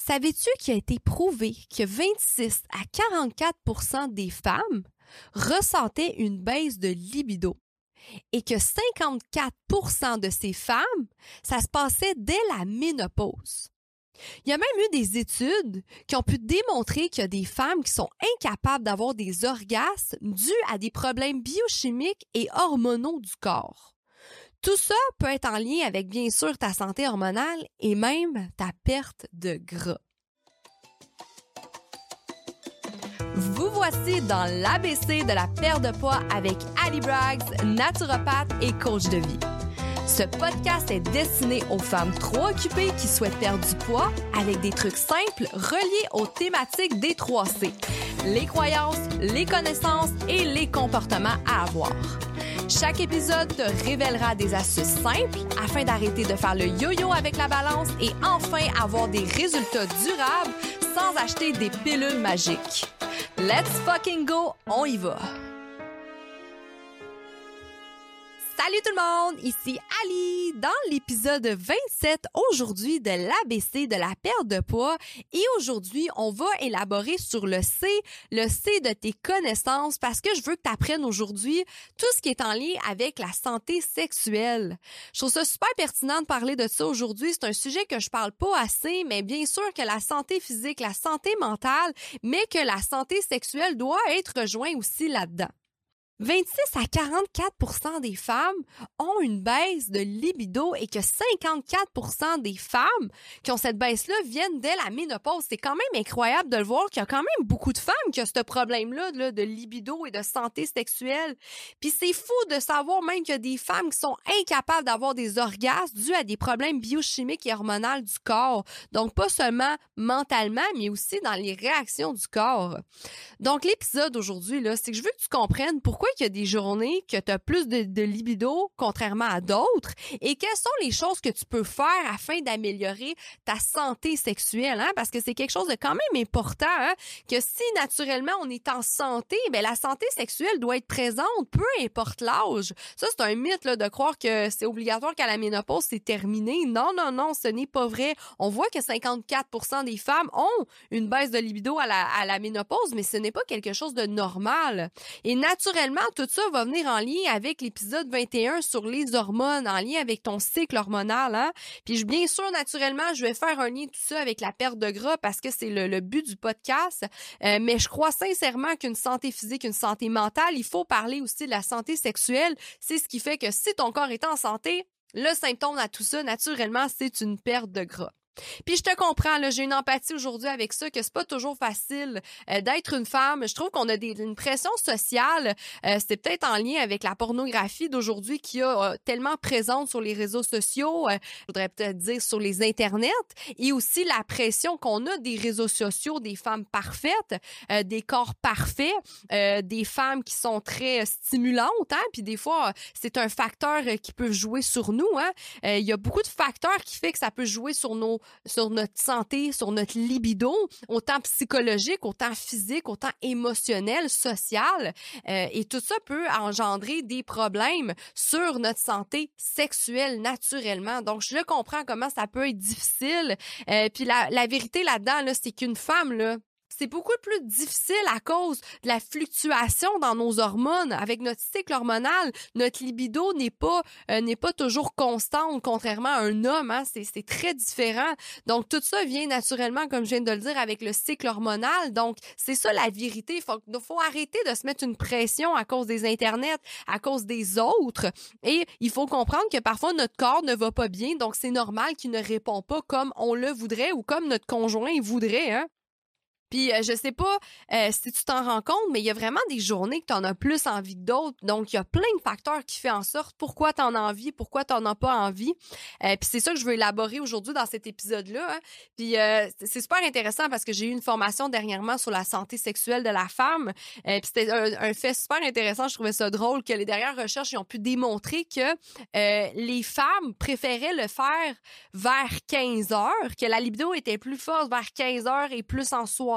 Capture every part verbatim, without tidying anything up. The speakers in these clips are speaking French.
Savais-tu qu'il a été prouvé que vingt-six à quarante-quatre pour cent des femmes ressentaient une baisse de libido et que cinquante-quatre pour cent de ces femmes, ça se passait dès la ménopause? Il y a même eu des études qui ont pu démontrer qu'il y a des femmes qui sont incapables d'avoir des orgasmes dus à des problèmes biochimiques et hormonaux du corps. Tout ça peut être en lien avec, bien sûr, ta santé hormonale et même ta perte de gras. Vous voici dans l'A B C de la perte de poids avec Ali Braggs, naturopathe et coach de vie. Ce podcast est destiné aux femmes trop occupées qui souhaitent perdre du poids avec des trucs simples reliés aux thématiques des trois C, les croyances, les connaissances et les comportements à avoir. Chaque épisode te révélera des astuces simples afin d'arrêter de faire le yo-yo avec la balance et enfin avoir des résultats durables sans acheter des pilules magiques. Let's fucking go, on y va! Salut tout le monde, ici Ali dans l'épisode vingt-sept aujourd'hui de l'A B C de la perte de poids et aujourd'hui on va élaborer sur le C, le C de tes connaissances parce que je veux que tu apprennes aujourd'hui tout ce qui est en lien avec la santé sexuelle. Je trouve ça super pertinent de parler de ça aujourd'hui, c'est un sujet que je parle pas assez, mais bien sûr que la santé physique, la santé mentale, mais que la santé sexuelle doit être rejointe aussi là-dedans. vingt-six à quarante-quatre pour cent des femmes ont une baisse de libido et que cinquante-quatre pour cent des femmes qui ont cette baisse-là viennent dès la ménopause. C'est quand même incroyable de le voir qu'il y a quand même beaucoup de femmes qui ont ce problème-là là, de libido et de santé sexuelle. Puis c'est fou de savoir même qu'il y a des femmes qui sont incapables d'avoir des orgasmes dus à des problèmes biochimiques et hormonaux du corps. Donc pas seulement mentalement, mais aussi dans les réactions du corps. Donc l'épisode aujourd'hui, là, c'est que je veux que tu comprennes pourquoi qu'il y a des journées que tu as plus de, de libido contrairement à d'autres et quelles sont les choses que tu peux faire afin d'améliorer ta santé sexuelle, hein? Parce que c'est quelque chose de quand même important, hein? Que si naturellement on est en santé, ben la santé sexuelle doit être présente, peu importe l'âge. Ça, c'est un mythe là, de croire que c'est obligatoire qu'à la ménopause, c'est terminé. Non, non, non, ce n'est pas vrai. On voit que cinquante-quatre pour cent des femmes ont une baisse de libido à la, à la ménopause, mais ce n'est pas quelque chose de normal. Et naturellement, tout ça va venir en lien avec l'épisode vingt et un sur les hormones, en lien avec ton cycle hormonal. Hein? Puis bien sûr, naturellement, je vais faire un lien tout ça avec la perte de gras parce que c'est le, le but du podcast. Euh, mais je crois sincèrement qu'une santé physique, une santé mentale, il faut parler aussi de la santé sexuelle. C'est ce qui fait que si ton corps est en santé, le symptôme à tout ça, naturellement, c'est une perte de gras. Puis je te comprends, là, j'ai une empathie aujourd'hui avec ça, que c'est pas toujours facile euh, d'être une femme. Je trouve qu'on a des, une pression sociale. Euh, c'est peut-être en lien avec la pornographie d'aujourd'hui qui est euh, tellement présente sur les réseaux sociaux, euh, je voudrais peut-être dire sur les internets, et aussi la pression qu'on a des réseaux sociaux, des femmes parfaites, euh, des corps parfaits, euh, des femmes qui sont très stimulantes, hein, puis des fois, c'est un facteur qui peut jouer sur nous. Hein. Euh, il y a beaucoup de facteurs qui fait que ça peut jouer sur nos sur notre santé, sur notre libido, autant psychologique, autant physique, autant émotionnel, social. Euh, et tout ça peut engendrer des problèmes sur notre santé sexuelle naturellement. Donc, je le comprends comment ça peut être difficile. Euh, puis la, la vérité là-dedans, là, c'est qu'une femme, là, c'est beaucoup plus difficile à cause de la fluctuation dans nos hormones. Avec notre cycle hormonal, notre libido n'est pas euh, n'est pas toujours constante, contrairement à un homme. Hein? C'est, c'est très différent. Donc, tout ça vient naturellement, comme je viens de le dire, avec le cycle hormonal. Donc, c'est ça la vérité. Il faut, faut arrêter de se mettre une pression à cause des internets, à cause des autres. Et il faut comprendre que parfois, notre corps ne va pas bien. Donc, c'est normal qu'il ne répond pas comme on le voudrait ou comme notre conjoint voudrait. Hein? Puis, euh, je sais pas euh, si tu t'en rends compte, mais il y a vraiment des journées que tu en as plus envie que d'autres. Donc, il y a plein de facteurs qui font en sorte pourquoi tu en as envie, pourquoi tu n'en as pas envie. Euh, puis, c'est ça que je veux élaborer aujourd'hui dans cet épisode-là. Hein. Puis, euh, c'est super intéressant parce que j'ai eu une formation dernièrement sur la santé sexuelle de la femme. Euh, puis, c'était un, un fait super intéressant. Je trouvais ça drôle que les dernières recherches ils ont pu démontrer que euh, les femmes préféraient le faire vers quinze heures, que la libido était plus forte vers quinze heures et plus en soirée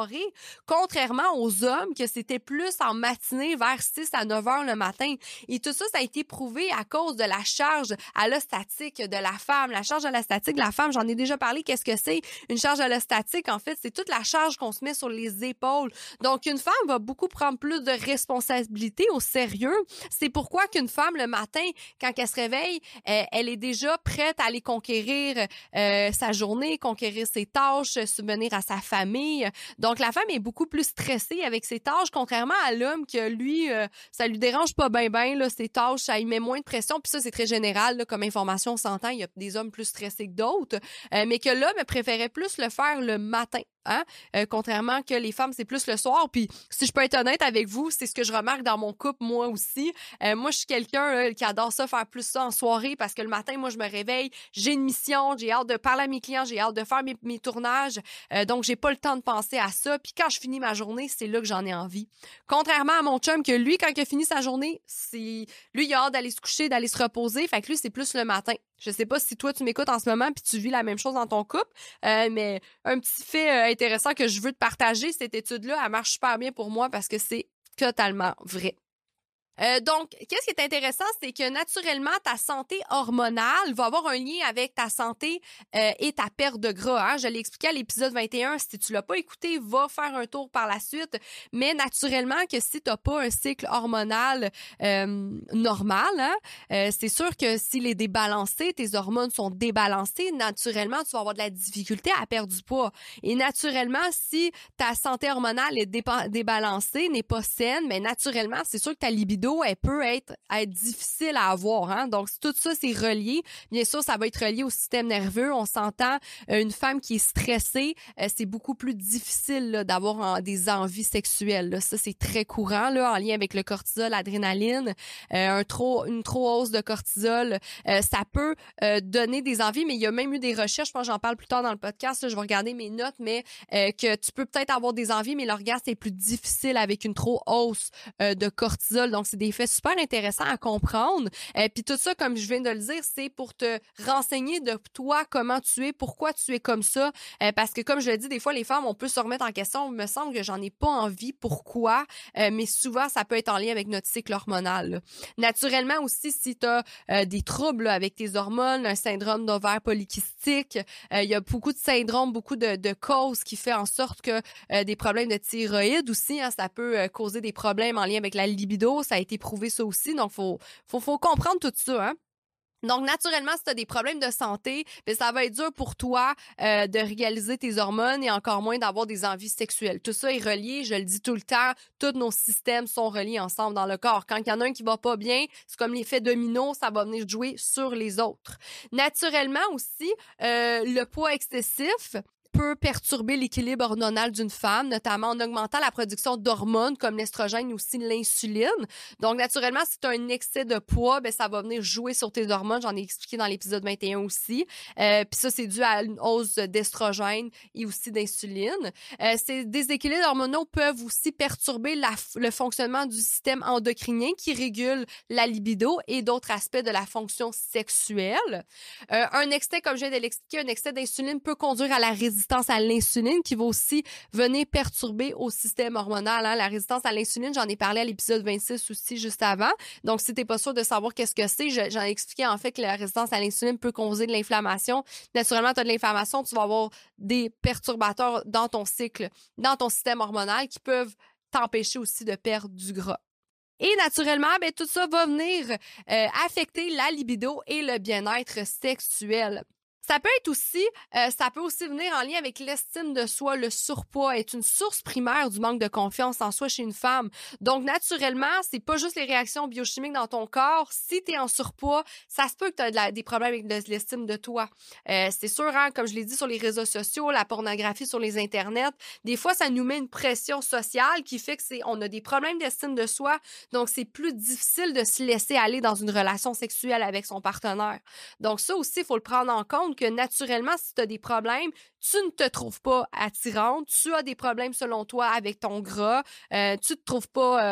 soirée, contrairement aux hommes que c'était plus en matinée vers six à neuf heures le matin. Et tout ça, ça a été prouvé à cause de la charge allostatique de la femme. La charge allostatique de la femme, j'en ai déjà parlé, qu'est-ce que c'est? Une charge allostatique, en fait, c'est toute la charge qu'on se met sur les épaules. Donc, une femme va beaucoup prendre plus de responsabilités au sérieux. C'est pourquoi qu'une femme, le matin, quand elle se réveille, elle, elle est déjà prête à aller conquérir euh, sa journée, conquérir ses tâches, subvenir à sa famille. Donc, la femme est beaucoup plus stressée avec ses tâches, contrairement à l'homme que lui, euh, ça lui dérange pas bien, bien, là, ses tâches, ça y met moins de pression. Puis ça, c'est très général, là, comme information, on s'entend, il y a des hommes plus stressés que d'autres, euh, mais que l'homme préférait plus le faire le matin. Hein? Euh, contrairement que les femmes, c'est plus le soir. Puis, si je peux être honnête avec vous, c'est ce que je remarque dans mon couple, moi aussi. Euh, moi, je suis quelqu'un là, qui adore ça, faire plus ça en soirée parce que le matin, moi, je me réveille, j'ai une mission, j'ai hâte de parler à mes clients, j'ai hâte de faire mes, mes tournages. Euh, donc, j'ai pas le temps de penser à ça. Puis, quand je finis ma journée, c'est là que j'en ai envie. Contrairement à mon chum, que lui, quand il a fini sa journée, c'est lui, il a hâte d'aller se coucher, d'aller se reposer. Fait que lui, c'est plus le matin. Je sais pas si toi, tu m'écoutes en ce moment puis tu vis la même chose dans ton couple, euh, mais un petit fait euh, intéressant que je veux te partager, cette étude-là, elle marche super bien pour moi parce que c'est totalement vrai. Euh, donc, qu'est-ce qui est intéressant, c'est que naturellement, ta santé hormonale va avoir un lien avec ta santé euh, et ta perte de gras. Hein? Je l'ai expliqué à l'épisode vingt et un. Si tu l'as pas écouté, va faire un tour par la suite. Mais naturellement, que si tu n'as pas un cycle hormonal euh, normal, hein, euh, c'est sûr que s'il est débalancé, tes hormones sont débalancées, naturellement, tu vas avoir de la difficulté à perdre du poids. Et naturellement, si ta santé hormonale est dépa- débalancée, n'est pas saine, mais naturellement, c'est sûr que ta libido elle peut être, être difficile à avoir. Hein? Donc, tout ça, c'est relié. Bien sûr, ça va être relié au système nerveux. On s'entend, euh, une femme qui est stressée, euh, c'est beaucoup plus difficile là, d'avoir en, des envies sexuelles. Là. Ça, c'est très courant là, en lien avec le cortisol, l'adrénaline. Euh, un trop, une trop hausse de cortisol, euh, ça peut euh, donner des envies, mais il y a même eu des recherches, je pense que j'en parle plus tard dans le podcast, là, je vais regarder mes notes, mais euh, que tu peux peut-être avoir des envies, mais l'orgasme est plus difficile avec une trop hausse euh, de cortisol. Donc, c'est des faits super intéressants à comprendre. Euh, Puis tout ça, comme je viens de le dire, c'est pour te renseigner de toi, comment tu es, pourquoi tu es comme ça. Euh, parce que comme je le dis, des fois, les femmes, on peut se remettre en question. Il me semble que j'en ai pas envie. Pourquoi? Euh, mais souvent, ça peut être en lien avec notre cycle hormonal. Là. Naturellement aussi, si tu as euh, des troubles là, avec tes hormones, un syndrome d'ovaire polykystique, euh, il y a beaucoup de syndromes, beaucoup de, de causes qui fait en sorte que euh, des problèmes de thyroïde aussi, hein, ça peut euh, causer des problèmes en lien avec la libido. Ça a été prouvé ça aussi, donc faut faut faut comprendre tout ça, hein. Donc, naturellement, si tu as des problèmes de santé, bien, ça va être dur pour toi euh, de réaliser tes hormones et encore moins d'avoir des envies sexuelles. Tout ça est relié, je le dis tout le temps, tous nos systèmes sont reliés ensemble dans le corps. Quand il y en a un qui va pas bien, c'est comme l'effet domino, ça va venir jouer sur les autres. Naturellement aussi, euh, le poids excessif peut perturber l'équilibre hormonal d'une femme, notamment en augmentant la production d'hormones comme l'estrogène et aussi l'insuline. Donc, naturellement, si tu as un excès de poids, ben ça va venir jouer sur tes hormones. J'en ai expliqué dans l'épisode vingt et un aussi. Euh, Puis ça, c'est dû à une hausse d'estrogène et aussi d'insuline. Euh, ces déséquilibres hormonaux peuvent aussi perturber la, le fonctionnement du système endocrinien qui régule la libido et d'autres aspects de la fonction sexuelle. Euh, un excès, comme je viens de l'expliquer, un excès d'insuline peut conduire à la résistance à l'insuline qui va aussi venir perturber au système hormonal. Hein. La résistance à l'insuline, j'en ai parlé à l'épisode vingt-six aussi juste avant. Donc, si t'es pas sûr de savoir qu'est-ce que c'est, je, j'en ai expliqué en fait que la résistance à l'insuline peut causer de l'inflammation. Naturellement, tu as de l'inflammation, tu vas avoir des perturbateurs dans ton cycle, dans ton système hormonal qui peuvent t'empêcher aussi de perdre du gras. Et naturellement, ben, tout ça va venir euh, affecter la libido et le bien-être sexuel. Ça peut être aussi, euh, ça peut aussi venir en lien avec l'estime de soi. Le surpoids est une source primaire du manque de confiance en soi chez une femme. Donc, naturellement, c'est pas juste les réactions biochimiques dans ton corps. Si tu es en surpoids, ça se peut que tu as de la, des problèmes avec l'estime de toi. Euh, c'est sûr, hein, comme je l'ai dit sur les réseaux sociaux, la pornographie sur les internets, des fois, ça nous met une pression sociale qui fait que c'est, on a des problèmes d'estime de soi. Donc, c'est plus difficile de se laisser aller dans une relation sexuelle avec son partenaire. Donc, ça aussi, il faut le prendre en compte que naturellement, si tu as des problèmes, tu ne te trouves pas attirante, tu as des problèmes selon toi avec ton gras, euh, tu te trouves pas euh,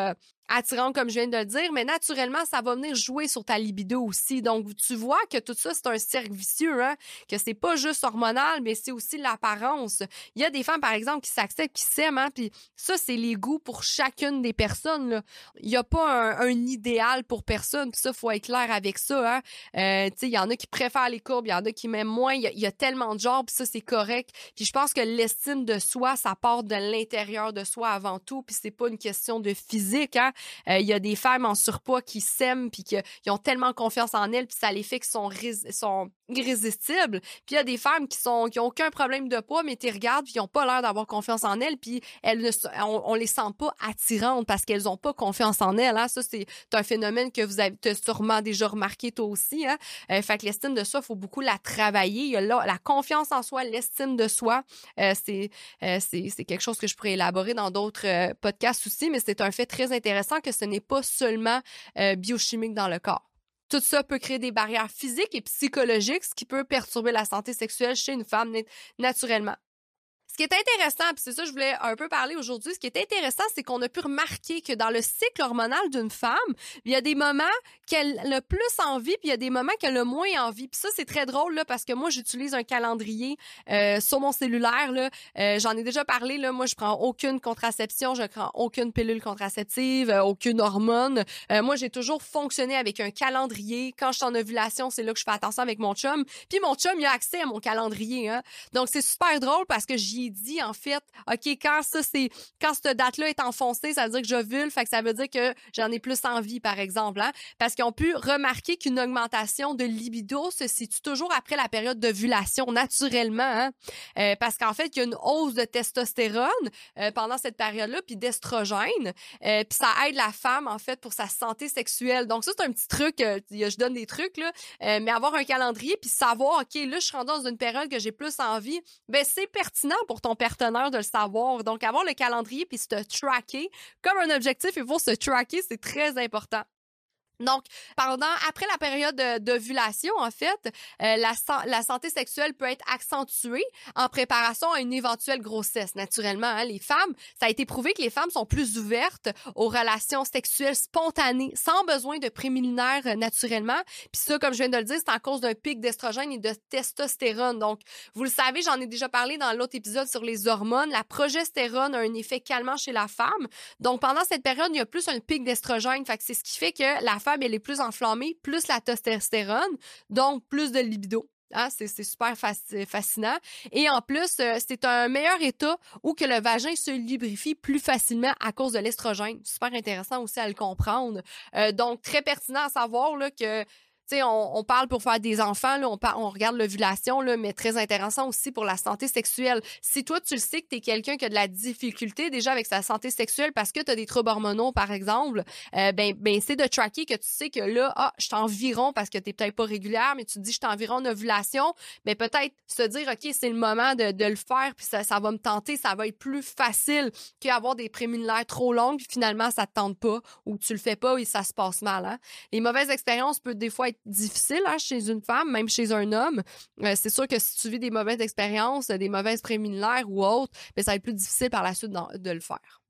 attirante, comme je viens de le dire, mais naturellement, ça va venir jouer sur ta libido aussi. Donc, tu vois que tout ça, c'est un cercle vicieux, hein, que c'est pas juste hormonal, mais c'est aussi l'apparence. Il y a des femmes, par exemple, qui s'acceptent, qui s'aiment, hein, puis ça, c'est les goûts pour chacune des personnes, là. Il y a pas un, un idéal pour personne, puis ça, faut être clair avec ça, hein. Euh, tu sais, il y en a qui préfèrent les courbes, il y en a qui m'aiment moins, il y, a, il y a tellement de genres, puis ça, c'est correct. Puis je pense que l'estime de soi, ça part de l'intérieur de soi avant tout, puis c'est pas une question de physique, hein. Il euh, y a des femmes en surpoids qui s'aiment puis qui ont tellement confiance en elles puis ça les fait qu'ils sont, rés- sont irrésistibles. Puis il y a des femmes qui sont qui ont aucun problème de poids mais tu regardes puis ils ont pas l'air d'avoir confiance en elles puis elles ne on, on les sent pas attirantes parce qu'elles ont pas confiance en elles, hein. Ça c'est un phénomène que vous avez sûrement déjà remarqué toi aussi, hein. Euh, fait que l'estime de soi, il faut beaucoup la travailler. Il y a là, la confiance en soi, l'estime de soi, euh, c'est, euh, c'est c'est quelque chose que je pourrais élaborer dans d'autres euh, podcasts aussi, mais c'est un fait très intéressant que ce n'est pas seulement euh, biochimique dans le corps. Tout ça peut créer des barrières physiques et psychologiques, ce qui peut perturber la santé sexuelle chez une femme naturellement. Ce qui est intéressant, puis c'est ça que je voulais un peu parler aujourd'hui, ce qui est intéressant, c'est qu'on a pu remarquer que dans le cycle hormonal d'une femme, il y a des moments qu'elle a le plus envie, puis il y a des moments qu'elle a moins envie. Puis ça, c'est très drôle, là, parce que moi, j'utilise un calendrier euh, sur mon cellulaire, là. Euh, j'en ai déjà parlé, là. Moi, je prends aucune contraception, je prends aucune pilule contraceptive, euh, aucune hormone. Euh, moi, j'ai toujours fonctionné avec un calendrier. Quand je suis en ovulation, c'est là que je fais attention avec mon chum. Puis mon chum, il a accès à mon calendrier, hein. Donc, c'est super drôle parce que j'y ai dit, en fait, OK, quand ça, c'est, quand cette date-là est enfoncée, ça veut dire que j'ovule, fait que ça veut dire que j'en ai plus envie, par exemple, hein. Parce qu'ils ont pu remarquer qu'une augmentation de libido se situe toujours après la période d'ovulation, naturellement, hein. Euh, parce qu'en fait, il y a une hausse de testostérone euh, pendant cette période-là, puis d'estrogène, euh, puis ça aide la femme, en fait, pour sa santé sexuelle. Donc ça, c'est un petit truc, euh, je donne des trucs, là, euh, mais avoir un calendrier, puis savoir, OK, là, je suis rendue dans une période que j'ai plus envie, ben c'est pertinent pour ton partenaire de le savoir. Donc, avoir le calendrier puis se tracker comme un objectif, il faut se tracker, c'est très important. Donc, pendant, après la période d'ovulation, en fait, euh, la, la santé sexuelle peut être accentuée en préparation à une éventuelle grossesse, naturellement, hein. Les femmes, ça a été prouvé que les femmes sont plus ouvertes aux relations sexuelles spontanées, sans besoin de préliminaires euh, naturellement. Puis ça, comme je viens de le dire, c'est à cause d'un pic d'estrogène et de testostérone. Donc, vous le savez, j'en ai déjà parlé dans l'autre épisode sur les hormones. La progestérone a un effet calmant chez la femme. Donc, pendant cette période, il y a plus un pic d'estrogène. Fait que c'est ce qui fait que la femme, elle est plus enflammée, plus la testostérone, donc plus de libido. Hein, c'est, c'est super faci- fascinant. Et en plus, euh, c'est un meilleur état où que le vagin se lubrifie plus facilement à cause de l'estrogène. Super intéressant aussi à le comprendre. Euh, donc, très pertinent à savoir là, que tu sais, on, on parle pour faire des enfants, là, on, par, on regarde l'ovulation, là, mais très intéressant aussi pour la santé sexuelle. Si toi, tu le sais que tu es quelqu'un qui a de la difficulté déjà avec sa santé sexuelle parce que tu as des troubles hormonaux, par exemple, euh, ben, ben c'est de tracker que tu sais que là, ah, je t'environ parce que tu n'es peut-être pas régulière, mais tu te dis, je t'environ en ovulation, ben peut-être se dire, OK, c'est le moment de, de le faire, puis ça, ça va me tenter, ça va être plus facile qu'avoir des préliminaires trop longues, puis finalement, ça te tente pas, ou tu le fais pas et ça se passe mal. Hein? Les mauvaises expériences peuvent des fois être difficile, hein, chez une femme, même chez un homme. Euh, c'est sûr que si tu vis des mauvaises expériences, des mauvaises préliminaires ou autres, ben, ça va être plus difficile par la suite de, de le faire.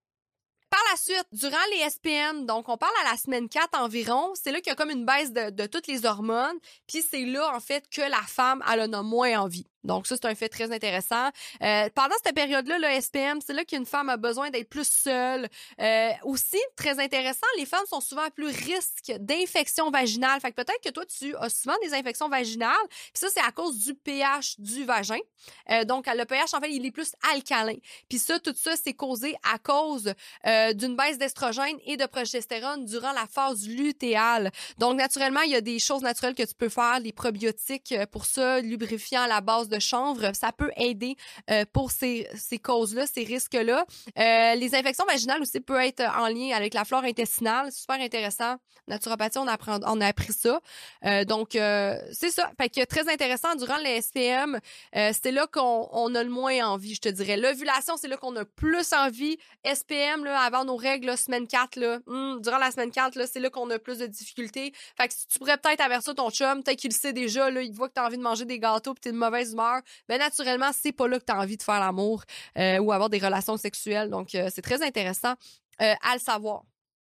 Par la suite, durant les S P M, donc on parle à la semaine quatre environ, c'est là qu'il y a comme une baisse de, de toutes les hormones, puis c'est là, en fait, que la femme, elle en a moins envie. Donc ça, c'est un fait très intéressant. Euh, pendant cette période-là, le S P M, c'est là qu'une femme a besoin d'être plus seule. Euh, aussi, très intéressant, les femmes sont souvent à plus risque d'infection vaginale. Fait que peut-être que toi, tu as souvent des infections vaginales. Puis ça, c'est à cause du pH du vagin. Euh, donc, le pH, en fait, il est plus alcalin. Puis ça, tout ça, c'est causé à cause euh, d'une baisse d'estrogène et de progestérone durant la phase lutéale. Donc, naturellement, il y a des choses naturelles que tu peux faire, les probiotiques pour ça, lubrifiant à la base de chanvre, ça peut aider euh, pour ces, ces causes-là, ces risques-là. Euh, les infections vaginales aussi peuvent être en lien avec la flore intestinale. Super intéressant. Naturopathie, on, apprend, on a appris ça. Euh, donc, euh, c'est ça. Fait que très intéressant. Durant les S P M, euh, c'est là qu'on on a le moins envie, je te dirais. L'ovulation, c'est là qu'on a plus envie. S P M, là, avant nos règles, là, semaine quatre, là, hum, durant la semaine quatre, là, c'est là qu'on a plus de difficultés. Fait que tu pourrais peut-être avertir ton chum, peut-être qu'il le sait déjà, là, il voit que tu as envie de manger des gâteaux pis t'es de mauvaise humeur. Ben naturellement, c'est pas là que tu as envie de faire l'amour euh, ou avoir des relations sexuelles. Donc, euh, c'est très intéressant euh, à le savoir.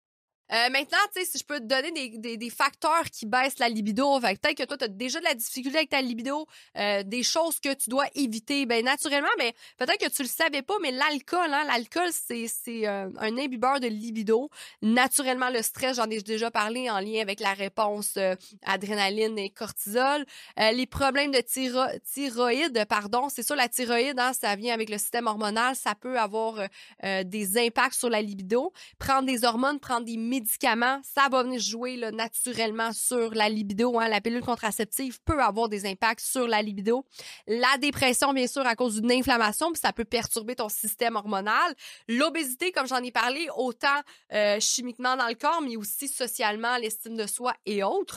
Euh, maintenant, tu sais, si je peux te donner des, des, des facteurs qui baissent la libido, fait que peut-être que toi, tu as déjà de la difficulté avec ta libido, euh, des choses que tu dois éviter. Ben naturellement, ben peut-être que tu le savais pas, mais l'alcool, hein, l'alcool, c'est c'est euh, un imbibeur de libido. Naturellement, le stress, j'en ai déjà parlé en lien avec la réponse euh, adrénaline et cortisol. Euh, les problèmes de thyro- thyroïde, pardon, c'est ça, la thyroïde, hein, ça vient avec le système hormonal, ça peut avoir euh, des impacts sur la libido. Prendre des hormones, prendre des médicaments, ça va venir jouer là, naturellement sur la libido. Hein. La pilule contraceptive peut avoir des impacts sur la libido. La dépression, bien sûr, à cause d'une inflammation, puis ça peut perturber ton système hormonal. L'obésité, comme j'en ai parlé, autant euh, chimiquement dans le corps, mais aussi socialement, l'estime de soi et autres.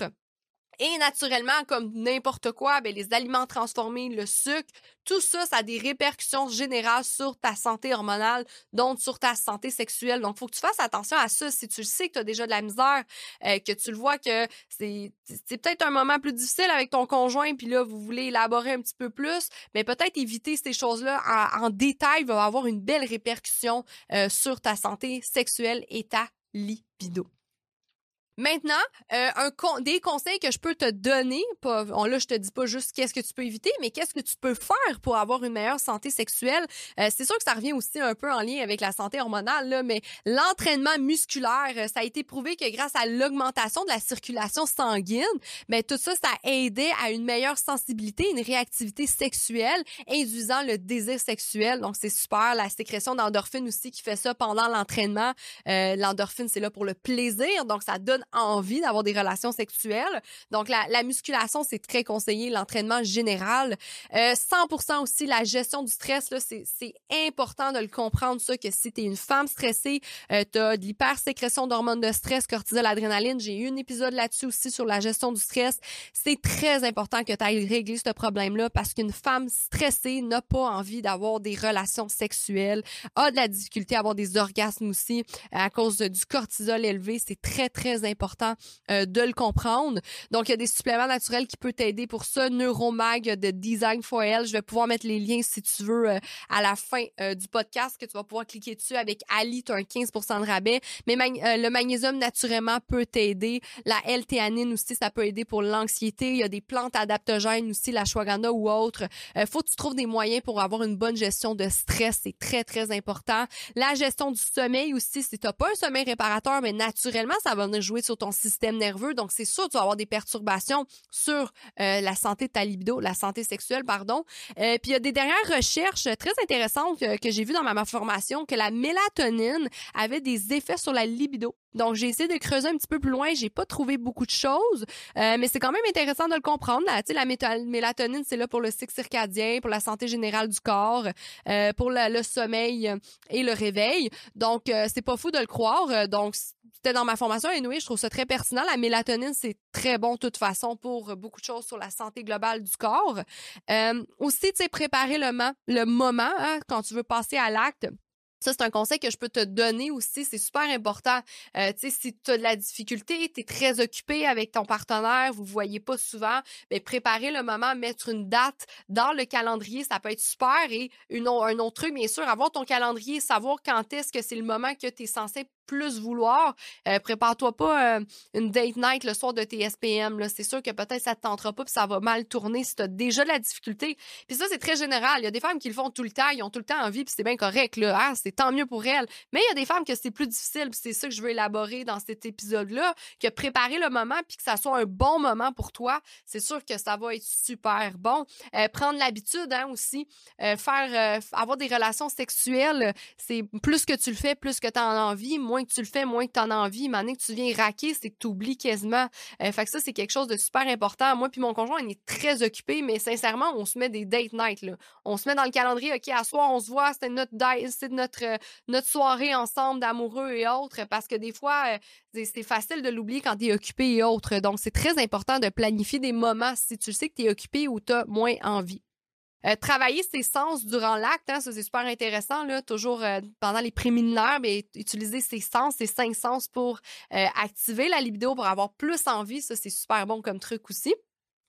Et naturellement, comme n'importe quoi, ben, les aliments transformés, le sucre, tout ça, ça a des répercussions générales sur ta santé hormonale, donc sur ta santé sexuelle. Donc, il faut que tu fasses attention à ça. Si tu le sais que tu as déjà de la misère, euh, que tu le vois que c'est, c'est peut-être un moment plus difficile avec ton conjoint, puis là, vous voulez élaborer un petit peu plus, mais peut-être éviter ces choses-là en, en détail va avoir une belle répercussion euh, sur ta santé sexuelle et ta libido. Maintenant, euh, un con- des conseils que je peux te donner, pas, on, là je te dis pas juste qu'est-ce que tu peux éviter, mais qu'est-ce que tu peux faire pour avoir une meilleure santé sexuelle. Euh, c'est sûr que ça revient aussi un peu en lien avec la santé hormonale, là, mais l'entraînement musculaire, euh, ça a été prouvé que grâce à l'augmentation de la circulation sanguine, ben tout ça, ça a aidé à une meilleure sensibilité, une réactivité sexuelle, induisant le désir sexuel. Donc c'est super. La sécrétion d'endorphine aussi qui fait ça pendant l'entraînement. Euh, l'endorphine, c'est là pour le plaisir, donc ça donne envie d'avoir des relations sexuelles. Donc, la, la musculation, c'est très conseillé, l'entraînement général. Euh, cent pour cent aussi, la gestion du stress, là, c'est, c'est important de le comprendre, ça, que si tu es une femme stressée, euh, tu as de l'hypersécrétion d'hormones de stress, cortisol, adrénaline. J'ai eu un épisode là-dessus aussi sur la gestion du stress. C'est très important que tu ailles régler ce problème-là parce qu'une femme stressée n'a pas envie d'avoir des relations sexuelles, a de la difficulté à avoir des orgasmes aussi à cause du cortisol élevé. C'est très, très important important euh, de le comprendre. Donc, il y a des suppléments naturels qui peuvent t'aider pour ça. Neuromag de Design for Elle. Je vais pouvoir mettre les liens si tu veux euh, à la fin euh, du podcast que tu vas pouvoir cliquer dessus. Avec Ali, tu as un quinze pour cent de rabais. Mais mag- euh, le magnésium, naturellement, peut t'aider. La L-théanine aussi, ça peut aider pour l'anxiété. Il y a des plantes adaptogènes aussi, la ashwagandha ou autre. Euh, faut que tu trouves des moyens pour avoir une bonne gestion de stress. C'est très, très important. La gestion du sommeil aussi. Si tu n'as pas un sommeil réparateur, mais naturellement, ça va venir jouer sur ton système nerveux. Donc, c'est sûr que tu vas avoir des perturbations sur euh, la santé de ta libido, la santé sexuelle, pardon. Euh, puis, il y a des dernières recherches très intéressantes que, que j'ai vues dans ma, ma formation que la mélatonine avait des effets sur la libido. Donc, j'ai essayé de creuser un petit peu plus loin. J'ai pas trouvé beaucoup de choses, euh, mais c'est quand même intéressant de le comprendre. Là. Tu sais, la méta- mélatonine, c'est là pour le cycle circadien, pour la santé générale du corps, euh, pour la, le sommeil et le réveil. Donc, euh, c'est pas fou de le croire. Donc, c'était dans ma formation. Et anyway, je trouve ça très pertinent. La mélatonine, c'est très bon de toute façon pour beaucoup de choses sur la santé globale du corps. Euh, aussi, tu sais, préparer le, ma- le moment hein, quand tu veux passer à l'acte. Ça, c'est un conseil que je peux te donner aussi. C'est super important. Euh, tu sais, si tu as de la difficulté, tu es très occupé avec ton partenaire, vous ne voyez pas souvent, bien, préparer le moment, mettre une date dans le calendrier, ça peut être super. Et une, un autre truc, bien sûr, avoir ton calendrier, savoir quand est-ce que c'est le moment que tu es censé plus vouloir. Euh, prépare-toi pas euh, une date night le soir de tes S P M. Là. C'est sûr que peut-être ça te tentera pas puis ça va mal tourner si tu as déjà de la difficulté. Puis ça, c'est très général. Il y a des femmes qui le font tout le temps, ils ont tout le temps envie puis c'est bien correct. Là. Ah, c'est tant mieux pour elles. Mais il y a des femmes que c'est plus difficile puis c'est ça que je veux élaborer dans cet épisode-là, que préparer le moment puis que ça soit un bon moment pour toi, c'est sûr que ça va être super bon. Euh, prendre l'habitude hein, aussi, euh, faire euh, avoir des relations sexuelles, c'est plus que tu le fais, plus que tu en as envie, moins que tu le fais, moins que tu en as envie. Maintenant que tu viens raquer, c'est que tu oublies quasiment. Euh, fait que ça, c'est quelque chose de super important. Moi puis mon conjoint, on est très occupés, mais sincèrement, on se met des date night. Là. On se met dans le calendrier, OK, à soir, on se voit, c'est notre, di- c'est notre, euh, notre soirée ensemble d'amoureux et autres, parce que des fois, euh, c'est, c'est facile de l'oublier quand tu es occupé et autres. Donc, c'est très important de planifier des moments si tu sais que tu es occupé ou tu as moins envie. Euh, travailler ses sens durant l'acte, hein, ça c'est super intéressant, là, toujours euh, pendant les préliminaires, mais utiliser ses sens, ses cinq sens pour euh, activer la libido, pour avoir plus envie, ça c'est super bon comme truc aussi.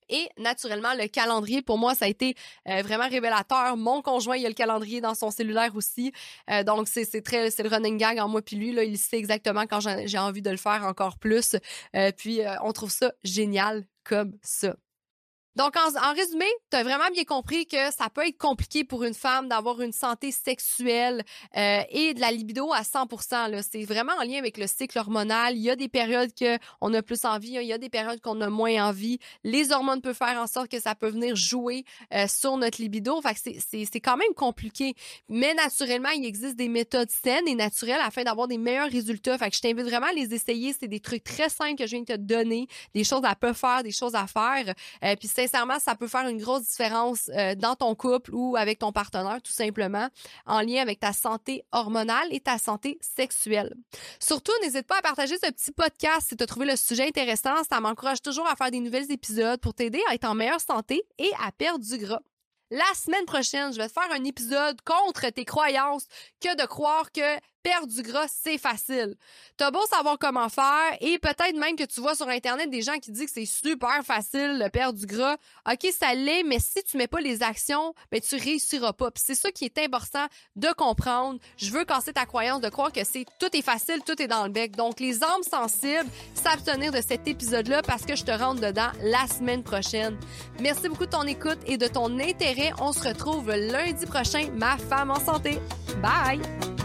Et naturellement, le calendrier, pour moi, ça a été euh, vraiment révélateur. Mon conjoint, il a le calendrier dans son cellulaire aussi. Euh, donc, c'est, c'est, très, c'est le running gag en moi puis lui. Là, il sait exactement quand j'ai, j'ai envie de le faire encore plus. Euh, puis, euh, on trouve ça génial comme ça. Donc, en, en résumé, tu as vraiment bien compris que ça peut être compliqué pour une femme d'avoir une santé sexuelle euh, et de la libido à cent pour cent. Là. C'est vraiment en lien avec le cycle hormonal. Il y a des périodes qu'on a plus envie, il y a des périodes qu'on a moins envie. Les hormones peuvent faire en sorte que ça peut venir jouer euh, sur notre libido. Fait que c'est, c'est, c'est quand même compliqué. Mais naturellement, il existe des méthodes saines et naturelles afin d'avoir des meilleurs résultats. Fait que je t'invite vraiment à les essayer. C'est des trucs très simples que je viens de te donner, des choses à pas faire, des choses à faire. Euh, puis sincèrement, ça peut faire une grosse différence euh, dans ton couple ou avec ton partenaire, tout simplement, en lien avec ta santé hormonale et ta santé sexuelle. Surtout, n'hésite pas à partager ce petit podcast si tu as trouvé le sujet intéressant. Ça m'encourage toujours à faire des nouveaux épisodes pour t'aider à être en meilleure santé et à perdre du gras. La semaine prochaine, je vais te faire un épisode contre tes croyances que de croire que perdre du gras, c'est facile. T'as beau savoir comment faire et peut-être même que tu vois sur Internet des gens qui disent que c'est super facile de perdre du gras. OK, ça l'est, mais si tu mets pas les actions, ben tu réussiras pas. Puis c'est ça qui est important de comprendre. Je veux casser ta croyance de croire que c'est tout est facile, tout est dans le bec. Donc, les âmes sensibles, s'abstenir de cet épisode-là parce que je te rentre dedans la semaine prochaine. Merci beaucoup de ton écoute et de ton intérêt. On se retrouve lundi prochain, ma femme en santé. Bye!